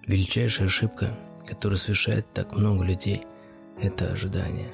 Величайшая ошибка, которую совершает так много людей, это ожидание.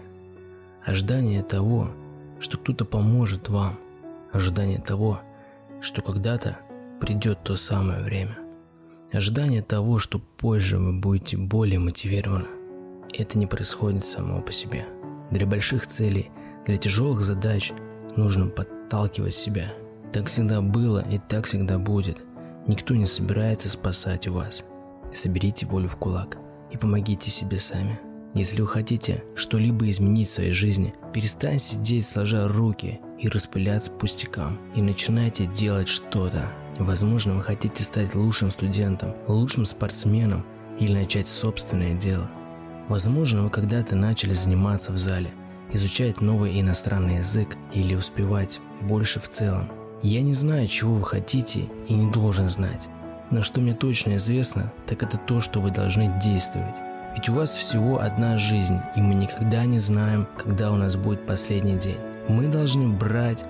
Ожидание того, что кто-то поможет вам. Ожидание того, что когда-то придет то самое время. Ожидание того, что позже вы будете более мотивированы. Это не происходит само по себе. Для больших целей, для тяжелых задач нужно подталкивать себя. Так всегда было и так всегда будет. Никто не собирается спасать вас. Соберите волю в кулак и помогите себе сами. Если вы хотите что-либо изменить в своей жизни, перестаньте сидеть сложа руки и распыляться пустякам, и начинайте делать что-то. Возможно, вы хотите стать лучшим студентом, лучшим спортсменом или начать собственное дело. Возможно, вы когда-то начали заниматься в зале, изучать новый иностранный язык или успевать больше в целом. Я не знаю, чего вы хотите и не должен знать. Но что мне точно известно, так это то, что вы должны действовать. Ведь у вас всего одна жизнь, и мы никогда не знаем, когда у нас будет последний день. Мы должны брать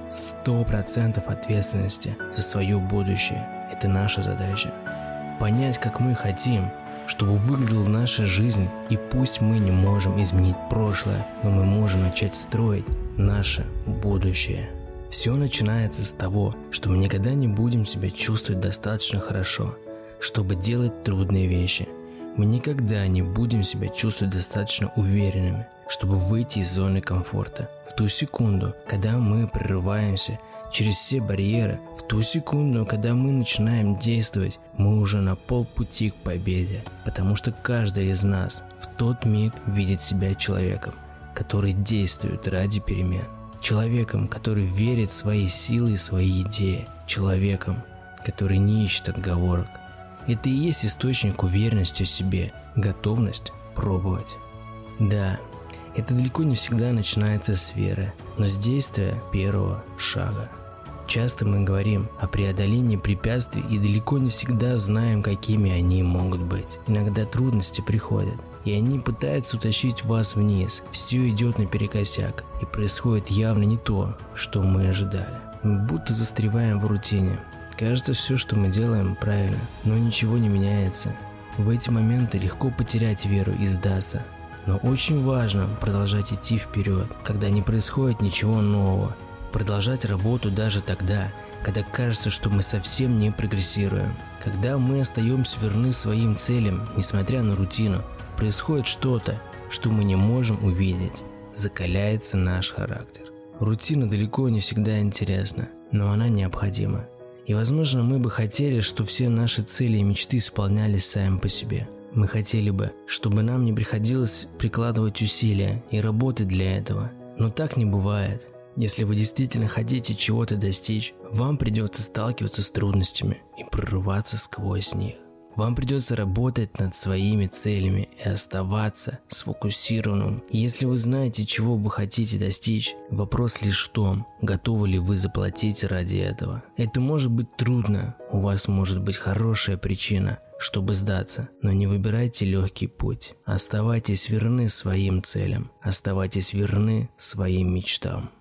100% ответственности за свое будущее. Это наша задача. Понять, как мы хотим, чтобы выглядела наша жизнь, и пусть мы не можем изменить прошлое, но мы можем начать строить наше будущее. Все начинается с того, что мы никогда не будем себя чувствовать достаточно хорошо, чтобы делать трудные вещи. Мы никогда не будем себя чувствовать достаточно уверенными, чтобы выйти из зоны комфорта. В ту секунду, когда мы прорываемся через все барьеры, в ту секунду, когда мы начинаем действовать, мы уже на полпути к победе. Потому что каждый из нас в тот миг видит себя человеком, который действует ради перемен. Человеком, который верит в свои силы и свои идеи. Человеком, который не ищет отговорок. Это и есть источник уверенности в себе, готовность пробовать. Да, это далеко не всегда начинается с веры, но с действия первого шага. Часто мы говорим о преодолении препятствий и далеко не всегда знаем, какими они могут быть. Иногда трудности приходят, и они пытаются утащить вас вниз. Все идет наперекосяк, и происходит явно не то, что мы ожидали. Мы будто застреваем в рутине. Кажется, все, что мы делаем, правильно, но ничего не меняется. В эти моменты легко потерять веру и сдаться. Но очень важно продолжать идти вперед, когда не происходит ничего нового. Продолжать работу даже тогда, когда кажется, что мы совсем не прогрессируем. Когда мы остаемся верны своим целям, несмотря на рутину, происходит что-то, что мы не можем увидеть. Закаляется наш характер. Рутина далеко не всегда интересна, но она необходима. И, возможно, мы бы хотели, чтобы все наши цели и мечты исполнялись сами по себе. Мы хотели бы, чтобы нам не приходилось прикладывать усилия и работать для этого. Но так не бывает. Если вы действительно хотите чего-то достичь, вам придется сталкиваться с трудностями и прорываться сквозь них. Вам придется работать над своими целями и оставаться сфокусированным. И если вы знаете, чего вы хотите достичь, вопрос лишь в том, готовы ли вы заплатить ради этого. Это может быть трудно, у вас может быть хорошая причина, чтобы сдаться, но не выбирайте легкий путь. Оставайтесь верны своим целям, оставайтесь верны своим мечтам.